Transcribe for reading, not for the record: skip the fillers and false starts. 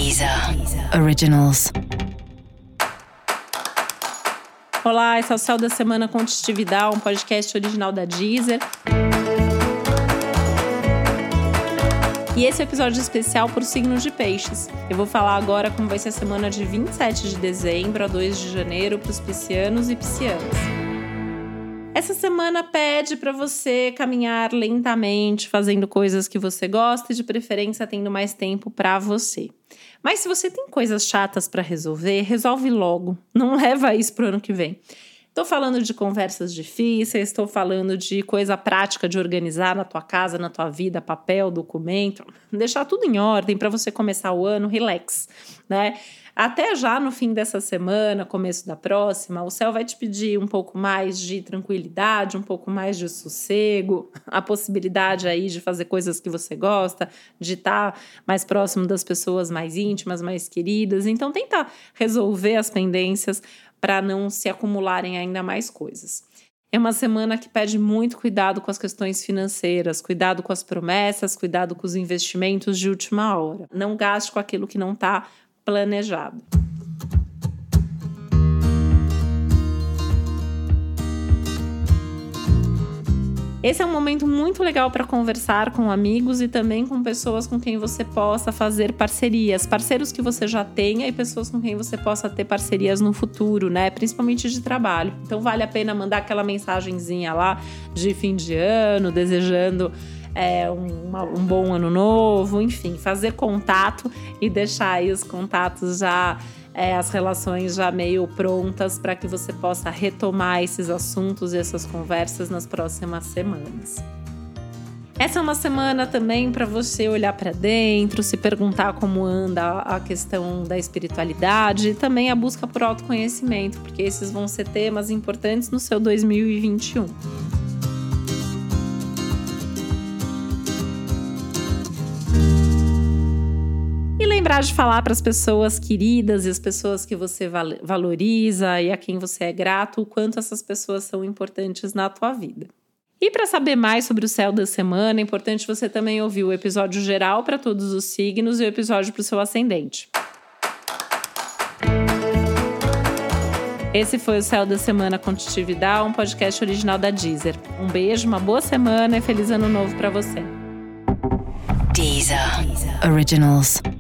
Deezer Originals. Olá, esse é o Céu da Semana com Titi Vidal, um podcast original da Deezer. E esse é o episódio especial por signos de peixes. Eu vou falar agora como vai ser a semana de 27 de dezembro a 2 de janeiro para os piscianos e piscianas. Essa semana pede para você caminhar lentamente, fazendo coisas que você gosta e de preferência tendo mais tempo para você. Mas se você tem coisas chatas para resolver, resolve logo. Não leva isso pro ano que vem. Estou falando de conversas difíceis, estou falando de coisa prática de organizar na tua casa, na tua vida, papel, documento. Deixar tudo em ordem para você começar o ano relax, né? Até já no fim dessa semana, começo da próxima, o céu vai te pedir um pouco mais de tranquilidade, um pouco mais de sossego, a possibilidade aí de fazer coisas que você gosta, de estar mais próximo das pessoas mais íntimas, mais queridas. Então, tenta resolver as pendências para não se acumularem ainda mais coisas. É uma semana que pede muito cuidado com as questões financeiras, cuidado com as promessas, cuidado com os investimentos de última hora. Não gaste com aquilo que não está planejado. Esse é um momento muito legal para conversar com amigos e também com pessoas com quem você possa fazer parcerias. Parceiros que você já tenha e pessoas com quem você possa ter parcerias no futuro, né? Principalmente de trabalho. Então vale a pena mandar aquela mensagenzinha lá de fim de ano, desejando um bom ano novo, enfim, fazer contato e deixar aí os contatos já, as relações já meio prontas para que você possa retomar esses assuntos e essas conversas nas próximas semanas. Essa é uma semana também para você olhar para dentro, se perguntar como anda a questão da espiritualidade e também a busca por autoconhecimento, porque esses vão ser temas importantes no seu 2021. Lembrar de falar para as pessoas queridas e as pessoas que você valoriza e a quem você é grato, o quanto essas pessoas são importantes na tua vida. E para saber mais sobre o céu da semana, é importante você também ouvir o episódio geral para todos os signos e o episódio para o seu ascendente. Esse foi o Céu da Semana com Titi Vidal, um podcast original da Deezer. Um beijo, uma boa semana e feliz ano novo para você. Deezer Originals.